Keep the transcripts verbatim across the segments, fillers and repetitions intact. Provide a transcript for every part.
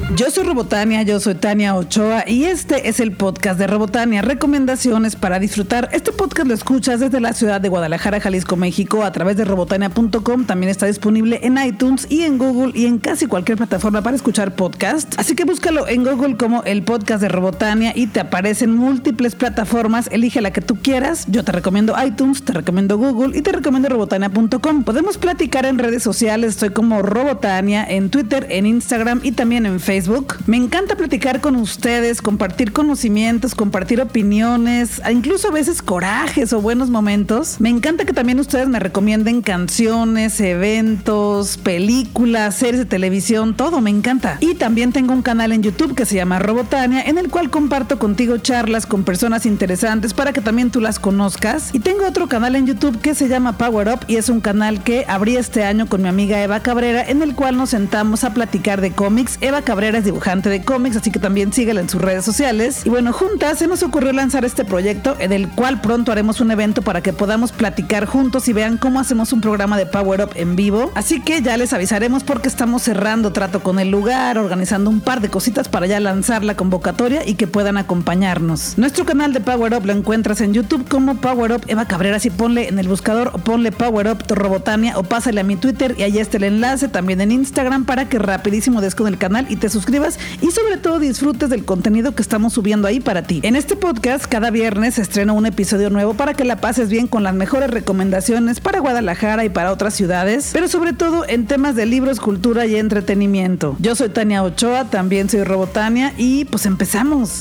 Yo soy Robotania, yo soy Tania Ochoa y este es el podcast de Robotania, recomendaciones para disfrutar. Este podcast lo escuchas desde la ciudad de Guadalajara, Jalisco, México, a través de robotania punto com. También está disponible en iTunes y en Google y en casi cualquier plataforma para escuchar podcast. Así que búscalo en Google como el podcast de Robotania y te aparecen múltiples plataformas. Elige la que tú quieras. Yo te recomiendo iTunes, te recomiendo Google y te recomiendo robotania punto com. Podemos platicar en redes sociales. Estoy como Robotania en Twitter, en Instagram y también en Facebook. Me encanta platicar con ustedes, compartir conocimientos, compartir opiniones, incluso a veces corajes o buenos momentos. Me encanta que también ustedes me recomienden canciones, eventos, películas, series de televisión, todo me encanta. Y también tengo un canal en YouTube que se llama Robotania, en el cual comparto contigo charlas con personas interesantes para que también tú las conozcas. Y tengo otro canal en YouTube que se llama Power Up y es un canal que abrí este año con mi amiga Eva Cabrera, en el cual nos sentamos a platicar de cómics. Eva Cabrera es dibujante de cómics, así que también síguela en sus redes sociales. Y bueno, juntas se nos ocurrió lanzar este proyecto, en el cual pronto haremos un evento para que podamos platicar juntos y vean cómo hacemos un programa de Power Up en vivo. Así que ya les avisaremos porque estamos cerrando trato con el lugar, organizando un par de cositas para ya lanzar la convocatoria y que puedan acompañarnos. Nuestro canal de Power Up lo encuentras en YouTube como Power Up Eva Cabrera. Así ponle en el buscador o ponle Power Up Robotania o pásale a mi Twitter y ahí está el enlace, también en Instagram, para que rapidísimo des con el canal y te suscribas y sobre todo disfrutes del contenido que estamos subiendo ahí para ti. En este podcast cada viernes se estrena un episodio nuevo para que la pases bien con las mejores recomendaciones para Guadalajara y para otras ciudades, pero sobre todo en temas de libros, cultura y entretenimiento. Yo soy Tania Ochoa, también soy Robotania y pues empezamos.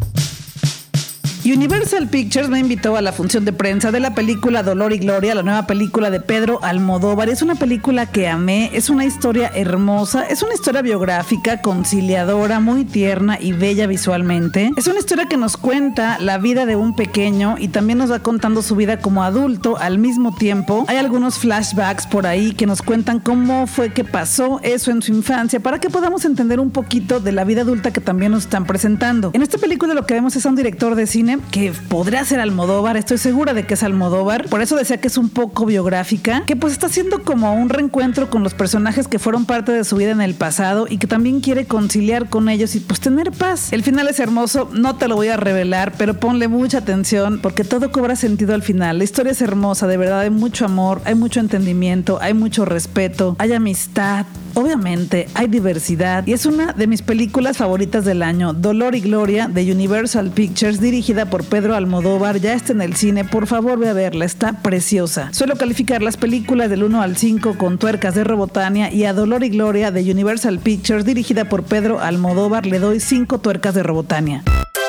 Universal Pictures me invitó a la función de prensa de la película Dolor y Gloria, la nueva película de Pedro Almodóvar. Es una película que amé, es una historia hermosa, es una historia biográfica, conciliadora, muy tierna y bella visualmente. Es una historia que nos cuenta la vida de un pequeño y también nos va contando su vida como adulto al mismo tiempo. Hay algunos flashbacks por ahí que nos cuentan cómo fue que pasó eso en su infancia para que podamos entender un poquito de la vida adulta que también nos están presentando. En esta película lo que vemos es a un director de cine que podría ser Almodóvar, estoy segura de que es Almodóvar, por eso decía que es un poco biográfica, que pues está haciendo como un reencuentro con los personajes que fueron parte de su vida en el pasado y que también quiere conciliar con ellos y pues tener paz. El final es hermoso, no te lo voy a revelar, pero ponle mucha atención porque todo cobra sentido al final. La historia es hermosa, de verdad, hay mucho amor, hay mucho entendimiento, hay mucho respeto, hay amistad. Obviamente hay diversidad y es una de mis películas favoritas del año. Dolor y Gloria de Universal Pictures, dirigida por Pedro Almodóvar, ya está en el cine, por favor ve a verla, está preciosa. Suelo calificar las películas del uno al cinco con tuercas de Robotania y a Dolor y Gloria de Universal Pictures, dirigida por Pedro Almodóvar, le doy cinco tuercas de Robotania.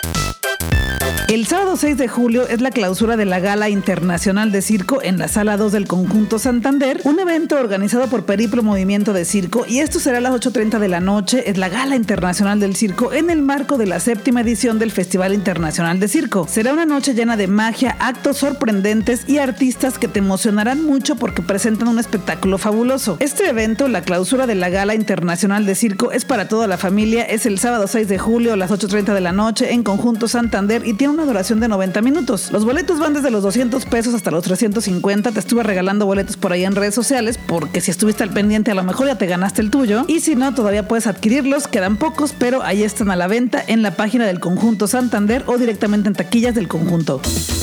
El sábado seis de julio es la clausura de la Gala Internacional de Circo en la Sala dos del Conjunto Santander, un evento organizado por Periplo Movimiento de Circo, y esto será a las ocho treinta de la noche. Es la Gala Internacional del Circo en el marco de la séptima edición del Festival Internacional de Circo. Será una noche llena de magia, actos sorprendentes y artistas que te emocionarán mucho porque presentan un espectáculo fabuloso. Este evento, la clausura de la Gala Internacional de Circo, es para toda la familia. Es el sábado seis de julio a las ocho treinta de la noche en Conjunto Santander y tiene una duración de noventa minutos. Los boletos van desde los doscientos pesos hasta los trescientos cincuenta. Te estuve regalando boletos por ahí en redes sociales porque si estuviste al pendiente a lo mejor ya te ganaste el tuyo, y si no todavía puedes adquirirlos, quedan pocos, pero ahí están a la venta en la página del Conjunto Santander o directamente en taquillas del conjunto.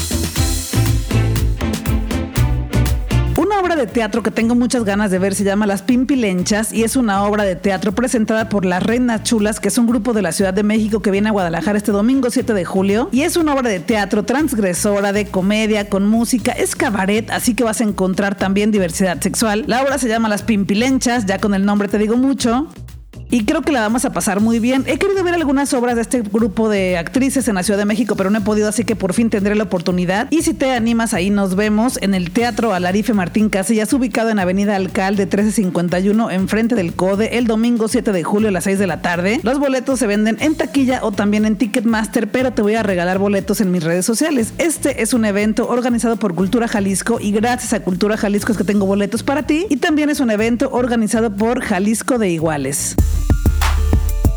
Una obra de teatro que tengo muchas ganas de ver se llama Las Pimpilenchas y es una obra de teatro presentada por Las Reinas Chulas, que es un grupo de la Ciudad de México que viene a Guadalajara este domingo siete de julio, y es una obra de teatro transgresora, de comedia, con música, es cabaret, así que vas a encontrar también diversidad sexual. La obra se llama Las Pimpilenchas, ya con el nombre te digo mucho. Y creo que la vamos a pasar muy bien. He querido ver algunas obras de este grupo de actrices en la Ciudad de México, pero no he podido, así que por fin tendré la oportunidad. Y si te animas, ahí nos vemos en el Teatro Alarife Martín Casillas, ubicado en Avenida Alcalde trece cincuenta y uno, enfrente del CODE, el domingo siete de julio a las seis de la tarde. Los boletos se venden en taquilla o también en Ticketmaster, pero te voy a regalar boletos en mis redes sociales. Este es un evento organizado por Cultura Jalisco y gracias a Cultura Jalisco es que tengo boletos para ti. Y también es un evento organizado por Jalisco de Iguales.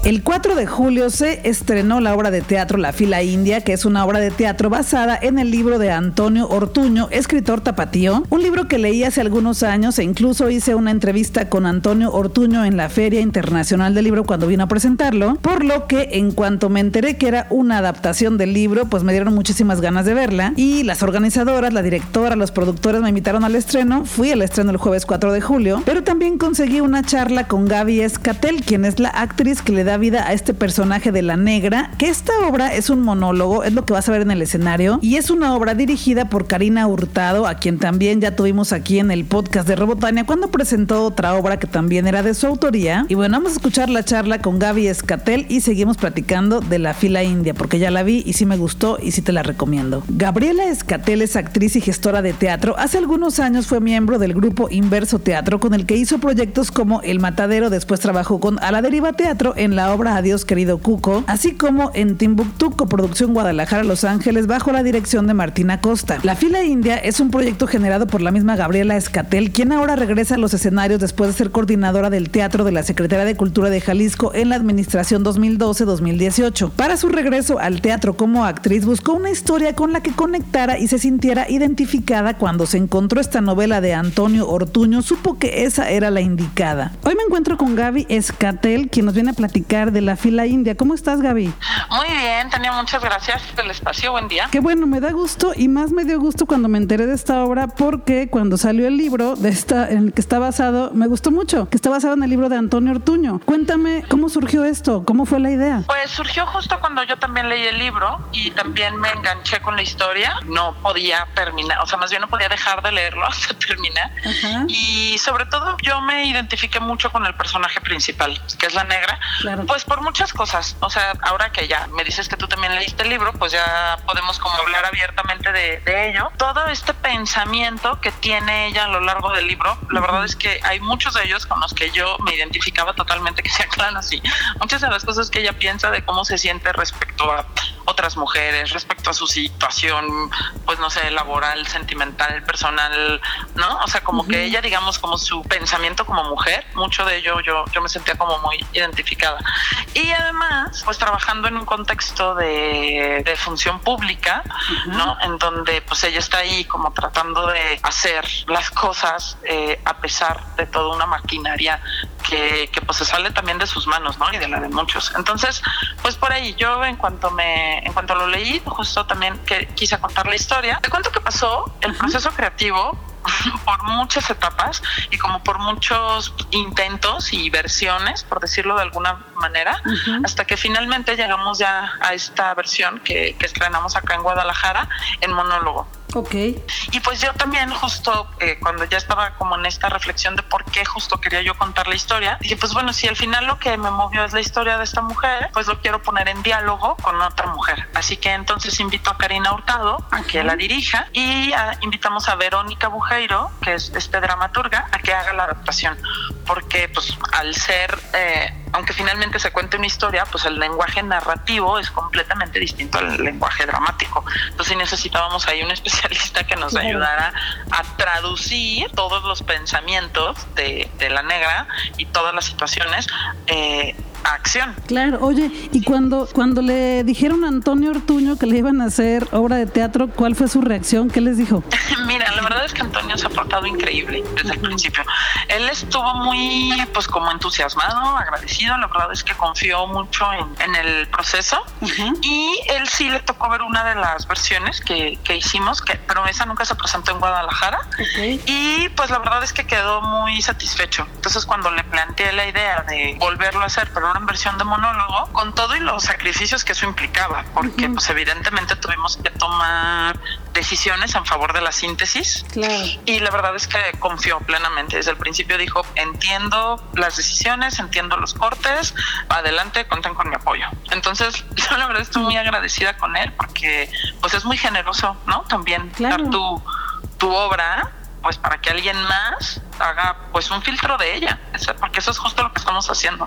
El cuatro de julio se estrenó la obra de teatro La Fila India, que es una obra de teatro basada en el libro de Antonio Ortuño, escritor tapatío, un libro que leí hace algunos años e incluso hice una entrevista con Antonio Ortuño en la Feria Internacional del Libro cuando vino a presentarlo, por lo que en cuanto me enteré que era una adaptación del libro, pues me dieron muchísimas ganas de verla y las organizadoras, la directora, los productores me invitaron al estreno. Fui al estreno el jueves cuatro de julio, pero también conseguí una charla con Gaby Escatel, quien es la actriz que le da vida a este personaje de la negra, que esta obra es un monólogo, es lo que vas a ver en el escenario, y es una obra dirigida por Karina Hurtado, a quien también ya tuvimos aquí en el podcast de Robotania cuando presentó otra obra que también era de su autoría. Y bueno, vamos a escuchar la charla con Gaby Escatel y seguimos platicando de La Fila India, porque ya la vi y sí me gustó y sí te la recomiendo. Gabriela Escatel es actriz y gestora de teatro. Hace algunos años fue miembro del grupo Inverso Teatro, con el que hizo proyectos como El Matadero, después trabajó con A la Deriva Teatro en la obra Adiós Querido Cuco, así como en Timbuktu, coproducción Guadalajara, Los Ángeles, bajo la dirección de Martina Costa. La Fila India es un proyecto generado por la misma Gabriela Escatel, quien ahora regresa a los escenarios después de ser coordinadora del teatro de la Secretaría de Cultura de Jalisco en la administración dos mil doce a dos mil dieciocho. Para su regreso al teatro como actriz, buscó una historia con la que conectara y se sintiera identificada. Cuando se encontró esta novela de Antonio Ortuño, supo que esa era la indicada. Hoy me encuentro con Gaby Escatel, quien nos viene a platicar de La Fila India. ¿Cómo estás, Gaby? Muy bien, Tania, muchas gracias por el espacio. Buen día. Qué bueno, me da gusto y más me dio gusto cuando me enteré de esta obra, porque cuando salió el libro de esta, en el que está basado, me gustó mucho, que está basado en el libro de Antonio Ortuño. Cuéntame, ¿cómo surgió esto? ¿Cómo fue la idea? Pues surgió justo cuando yo también leí el libro y también me enganché con la historia. No podía terminar, o sea, más bien no podía dejar de leerlo hasta terminar. Ajá. Y sobre todo yo me identifiqué mucho con el personaje principal, que es la negra. Claro. Pues por muchas cosas. O sea, ahora que ya me dices que tú también leíste el libro, pues ya podemos como hablar abiertamente de, de ello. Todo este pensamiento que tiene ella a lo largo del libro, la uh-huh. verdad es que hay muchos de ellos con los que yo me identificaba totalmente, que se aclaran así. Muchas de las cosas que ella piensa de cómo se siente respecto a otras mujeres, respecto a su situación, pues no sé, laboral, sentimental, personal, ¿no? O sea, como uh-huh. que ella, digamos, como su pensamiento como mujer, mucho de ello yo, yo me sentía como muy identificada. Y además, pues trabajando en un contexto de, de función pública, uh-huh. ¿no? En donde pues ella está ahí como tratando de hacer las cosas eh, a pesar de toda una maquinaria que, que pues se sale también de sus manos, ¿no? Y de la de muchos. Entonces, pues por ahí yo en cuanto me, en cuanto lo leí, justo también que quise contar la historia. Te cuento que pasó el proceso creativo por muchas etapas y como por muchos intentos y versiones, por decirlo de alguna manera, uh-huh. hasta que finalmente llegamos ya a esta versión que, que estrenamos acá en Guadalajara en monólogo. Okay. Y pues yo también justo eh, cuando ya estaba como en esta reflexión de por qué justo quería yo contar la historia, dije pues bueno, si al final lo que me movió es la historia de esta mujer, pues lo quiero poner en diálogo con otra mujer. Así que entonces invito a Karina Hurtado a que uh-huh. la dirija y a, invitamos a Verónica Bujeiro, que es este dramaturga, a que haga la adaptación. Porque pues al ser... Eh, aunque finalmente se cuente una historia, pues el lenguaje narrativo es completamente distinto al lenguaje dramático. Entonces necesitábamos ahí un especialista que nos claro. ayudara a traducir todos los pensamientos de, de la negra y todas las situaciones eh, a acción. Claro, oye, y sí. cuando, cuando le dijeron a Antonio Ortuño que le iban a hacer obra de teatro, ¿cuál fue su reacción? ¿Qué les dijo? Mira, la verdad es que Antonio se ha portado increíble desde uh-huh. el principio. Él estuvo muy, pues como entusiasmado, agradecido. La verdad es que confió mucho en, en el proceso uh-huh. y él sí le tocó ver una de las versiones que, que hicimos, que, pero esa nunca se presentó en Guadalajara okay. y pues la verdad es que quedó muy satisfecho. Entonces cuando le planteé la idea de volverlo a hacer, pero en versión de monólogo, con todo y los sacrificios que eso implicaba, porque uh-huh. pues evidentemente tuvimos que tomar decisiones en favor de la síntesis claro. y la verdad es que confió plenamente. Desde el principio dijo, entiendo las decisiones, entiendo los cortes, adelante, cuenten con mi apoyo. Entonces yo la verdad estoy muy agradecida con él porque pues es muy generoso, ¿no? También claro. dar tu, tu obra pues para que alguien más haga pues un filtro de ella, porque eso es justo lo que estamos haciendo.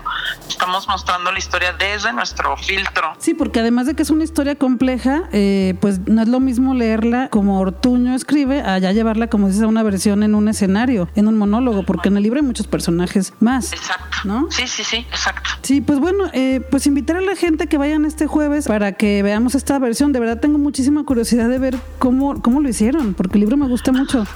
estamos mostrando la historia desde nuestro filtro. Sí, porque además de que es una historia compleja, eh, pues no es lo mismo leerla como Ortuño escribe, a ya llevarla, como dices, a una versión en un escenario, en un monólogo, porque en el libro hay muchos personajes más. Exacto. ¿No? Sí, sí, sí, exacto. Sí, pues bueno, eh, pues invitar a la gente que vayan este jueves para que veamos esta versión. De verdad tengo muchísima curiosidad de ver cómo, cómo lo hicieron, porque el libro me gusta mucho.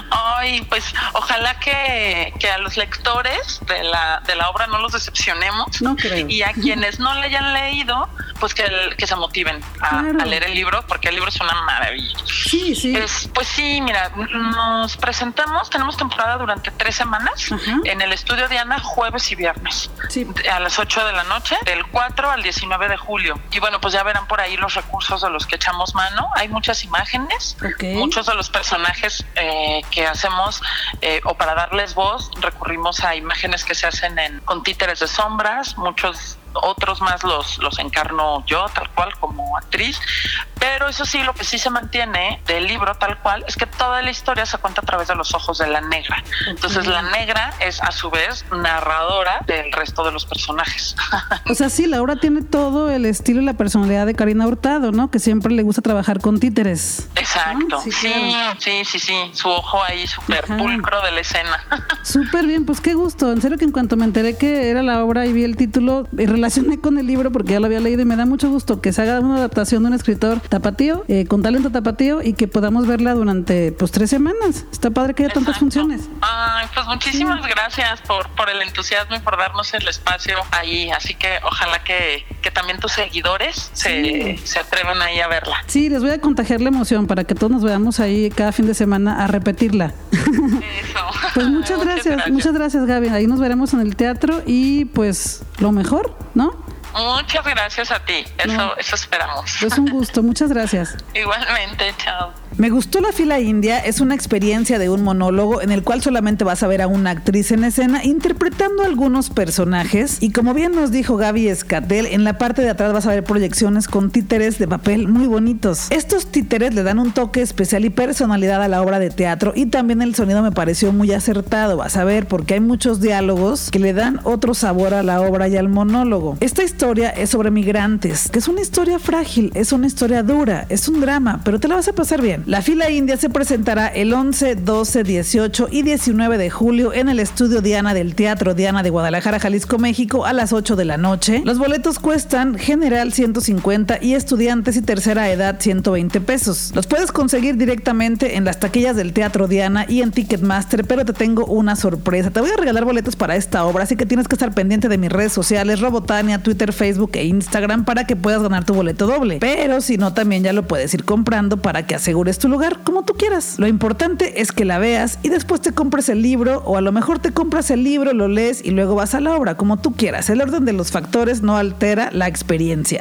Ay, pues ojalá que, que a los lectores de la, de la obra no los decepcionemos. No creo. Y a quienes no le hayan leído, pues que, que se motiven a, claro. a leer el libro, porque el libro es una maravilla. Sí, sí. Es, pues sí, mira, nos presentamos, tenemos temporada durante tres semanas. Ajá. En el Estudio Diana, jueves y viernes. Sí. A las ocho de la noche, del cuatro al diecinueve de julio. Y bueno, pues ya verán por ahí los recursos de los que echamos mano. Hay muchas imágenes, okay. Muchos de los personajes eh, que hacemos eh, o para darles voz recurrimos a imágenes que se hacen en, con títeres de sombras, muchos otros más los, los encarno yo tal cual como actriz, pero eso sí, lo que sí se mantiene del libro tal cual es que toda la historia se cuenta a través de los ojos de la negra. Entonces la negra es a su vez narradora del resto de los personajes. O sea, sí, Laura tiene todo el estilo y la personalidad de Karina Hurtado, ¿no? Que siempre le gusta trabajar con títeres. Exacto, ¿no? Sí, sí, claro. sí, sí, sí, su ojo ahí súper pulcro de la escena. Súper bien, pues qué gusto. En serio que en cuanto me enteré que era la obra y vi el título, relacioné con el libro porque ya lo había leído y me da mucho gusto que se haga una adaptación de un escritor tapatío, eh, con talento tapatío y que podamos verla durante pues tres semanas. Está padre que haya tantas funciones. Ay, pues muchísimas sí. gracias por, por el entusiasmo y por darnos el espacio ahí, así que ojalá que, que también tus seguidores sí. se, se atrevan ahí a verla. Sí, les voy a contagiar la emoción para que todos nos veamos ahí cada fin de semana a repetirla. Eso. Pues muchas gracias, muchas gracias, muchas gracias Gaby, ahí nos veremos en el teatro y pues lo mejor, ¿no? Muchas gracias a ti, eso, no. eso esperamos. Es un gusto, muchas gracias. Igualmente, chao. Me gustó La Fila India, es una experiencia de un monólogo en el cual solamente vas a ver a una actriz en escena interpretando algunos personajes y como bien nos dijo Gaby Escatel, en la parte de atrás vas a ver proyecciones con títeres de papel muy bonitos. Estos títeres le dan un toque especial y personalidad a la obra de teatro y también el sonido me pareció muy acertado, vas a ver, porque hay muchos diálogos que le dan otro sabor a la obra y al monólogo. Esta historia es sobre migrantes, que es una historia frágil, es una historia dura, es un drama, pero te la vas a pasar bien. La Fila India se presentará el once, doce, dieciocho y diecinueve de julio en el Estudio Diana del Teatro Diana de Guadalajara, Jalisco, México, a las ocho de la noche. Los boletos cuestan general ciento cincuenta y estudiantes y tercera edad ciento veinte pesos. Los puedes conseguir directamente en las taquillas del Teatro Diana y en Ticketmaster, pero te tengo una sorpresa. Te voy a regalar boletos para esta obra, así que tienes que estar pendiente de mis redes sociales, Robotania, Twitter, Facebook e Instagram para que puedas ganar tu boleto doble. Pero si no, también ya lo puedes ir comprando para que asegures tu lugar como tú quieras. Lo importante es que la veas y después te compres el libro, o a lo mejor te compras el libro, lo lees y luego vas a la obra, como tú quieras. El orden de los factores no altera la experiencia.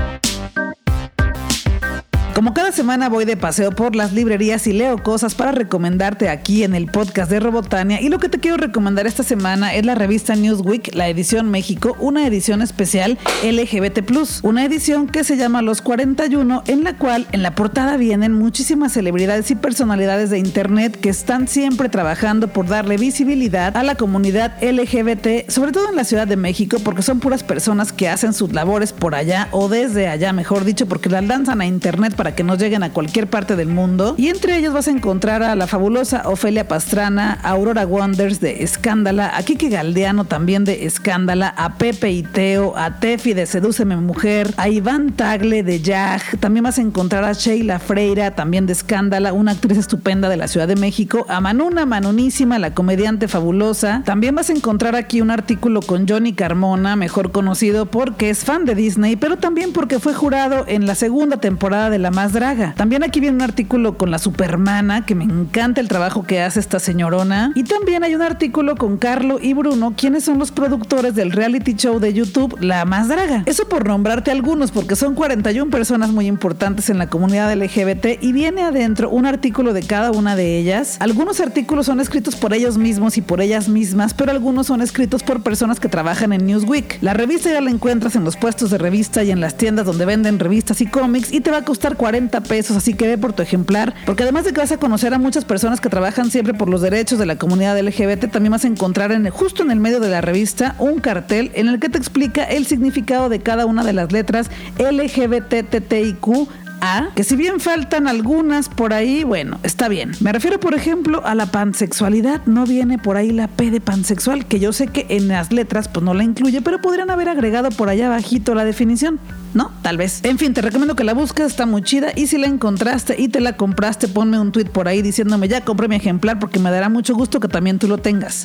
Como cada semana voy de paseo por las librerías y leo cosas para recomendarte aquí en el podcast de Robotania, y lo que te quiero recomendar esta semana es la revista Newsweek, la edición México, una edición especial L G B T plus, una edición que se llama Los cuarenta y uno, en la cual en la portada vienen muchísimas celebridades y personalidades de internet que están siempre trabajando por darle visibilidad a la comunidad L G B T, sobre todo en la Ciudad de México, porque son puras personas que hacen sus labores por allá o desde allá, mejor dicho, porque las lanzan a internet para que nos lleguen a cualquier parte del mundo. Y entre ellos vas a encontrar a la fabulosa Ofelia Pastrana, a Aurora Wonders de Escándala, a Kike Galdeano también de Escándala, a Pepe y Teo, a Tefi de Sedúceme Mujer, a Iván Tagle de Jag. También vas a encontrar a Sheila Freira también de Escándala, una actriz estupenda de la Ciudad de México, a Manuna Manunísima, la comediante fabulosa. También vas a encontrar aquí un artículo con Johnny Carmona, mejor conocido porque es fan de Disney, pero también porque fue jurado en la segunda temporada de La Más Draga. También aquí viene un artículo con la Supermana, que me encanta el trabajo que hace esta señorona. Y también hay un artículo con Carlo y Bruno, quienes son los productores del reality show de YouTube La Más Draga. Eso por nombrarte algunos, porque son cuarenta y una personas muy importantes en la comunidad L G B T y viene adentro un artículo de cada una de ellas. Algunos artículos son escritos por ellos mismos y por ellas mismas, pero algunos son escritos por personas que trabajan en Newsweek. La revista ya la encuentras en los puestos de revista y en las tiendas donde venden revistas y cómics y te va a costar cuarenta pesos, así que ve por tu ejemplar, porque además de que vas a conocer a muchas personas que trabajan siempre por los derechos de la comunidad L G B T, también vas a encontrar en, justo en el medio de la revista un cartel en el que te explica el significado de cada una de las letras L G B T T T I Q A, que si bien faltan algunas por ahí, bueno, está bien. Me refiero, por ejemplo, a la pansexualidad. No viene por ahí la P de pansexual, que yo sé que en las letras pues no la incluye, pero podrían haber agregado por allá abajito la definición, ¿no? Tal vez. En fin, te recomiendo que la busques, está muy chida, y si la encontraste y te la compraste, ponme un tweet por ahí diciéndome ya compré mi ejemplar, porque me dará mucho gusto que también tú lo tengas.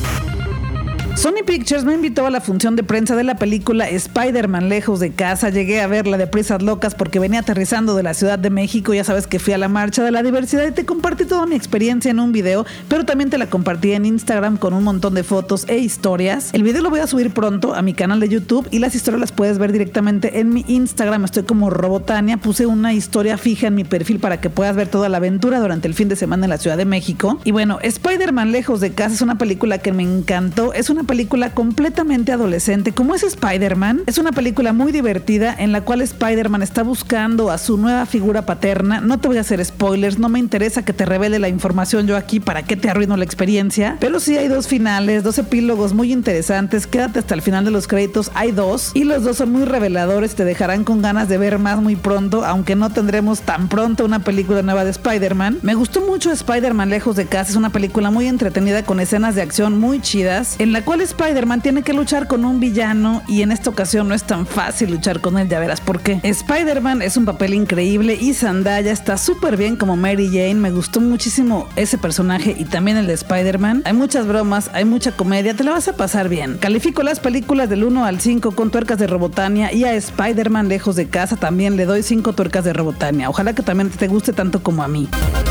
Sony Pictures me invitó a la función de prensa de la película Spider-Man Lejos de Casa. Llegué a verla de prisas locas porque venía aterrizando de la Ciudad de México. Ya sabes que fui a la Marcha de la Diversidad y te compartí toda mi experiencia en un video, pero también te la compartí en Instagram con un montón de fotos e historias. El video lo voy a subir pronto a mi canal de YouTube y las historias las puedes ver directamente en mi Instagram. Estoy como Robotania. Puse una historia fija en mi perfil para que puedas ver toda la aventura durante el fin de semana en la Ciudad de México. Y bueno, Spider-Man Lejos de Casa es una película que me encantó. Es una película completamente adolescente, como es Spider-Man. Es una película muy divertida en la cual Spider-Man está buscando a su nueva figura paterna. No te voy a hacer spoilers, no me interesa que te revele la información yo aquí, para qué te arruino la experiencia, pero sí hay dos finales, dos epílogos muy interesantes. Quédate hasta el final de los créditos, hay dos, y los dos son muy reveladores, te dejarán con ganas de ver más muy pronto, aunque no tendremos tan pronto una película nueva de Spider-Man. Me gustó mucho Spider-Man Lejos de Casa. Es una película muy entretenida con escenas de acción muy chidas, en la cual Spider-Man tiene que luchar con un villano, y en esta ocasión no es tan fácil luchar con él, ya verás por qué. Spider-Man es un papel increíble y Zendaya está súper bien como Mary Jane. Me gustó muchísimo ese personaje y también el de Spider-Man. Hay muchas bromas, hay mucha comedia, te la vas a pasar bien. Califico las películas del uno al cinco con tuercas de Robotania, y a Spider-Man Lejos de Casa también le doy cinco tuercas de Robotania. Ojalá que también te guste tanto como a mí.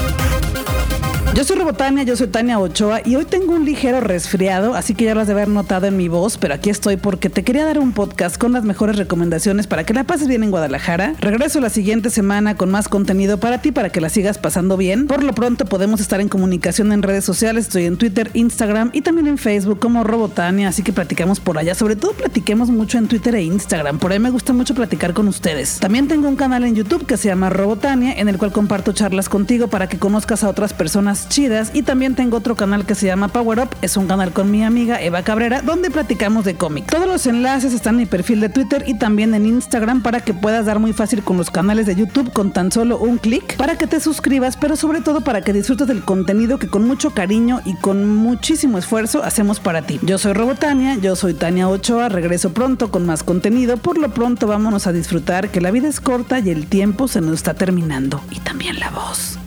Yo soy Robotania, yo soy Tania Ochoa, y hoy tengo un ligero resfriado, así que ya lo has de haber notado en mi voz, pero aquí estoy porque te quería dar un podcast con las mejores recomendaciones para que la pases bien en Guadalajara. Regreso la siguiente semana con más contenido para ti, para que la sigas pasando bien. Por lo pronto podemos estar en comunicación en redes sociales. Estoy en Twitter, Instagram y también en Facebook como Robotania, así que platicamos por allá. Sobre todo platiquemos mucho en Twitter e Instagram, por ahí me gusta mucho platicar con ustedes. También tengo un canal en YouTube que se llama Robotania, en el cual comparto charlas contigo para que conozcas a otras personas chidas, y también tengo otro canal que se llama Power Up. Es un canal con mi amiga Eva Cabrera, donde platicamos de cómic. Todos los enlaces están en mi perfil de Twitter y también en Instagram, para que puedas dar muy fácil con los canales de YouTube con tan solo un clic, para que te suscribas, pero sobre todo para que disfrutes del contenido que con mucho cariño y con muchísimo esfuerzo hacemos para ti. Yo soy Robotania, yo soy Tania Ochoa, regreso pronto con más contenido. Por lo pronto vámonos a disfrutar, que la vida es corta y el tiempo se nos está terminando, y también la voz.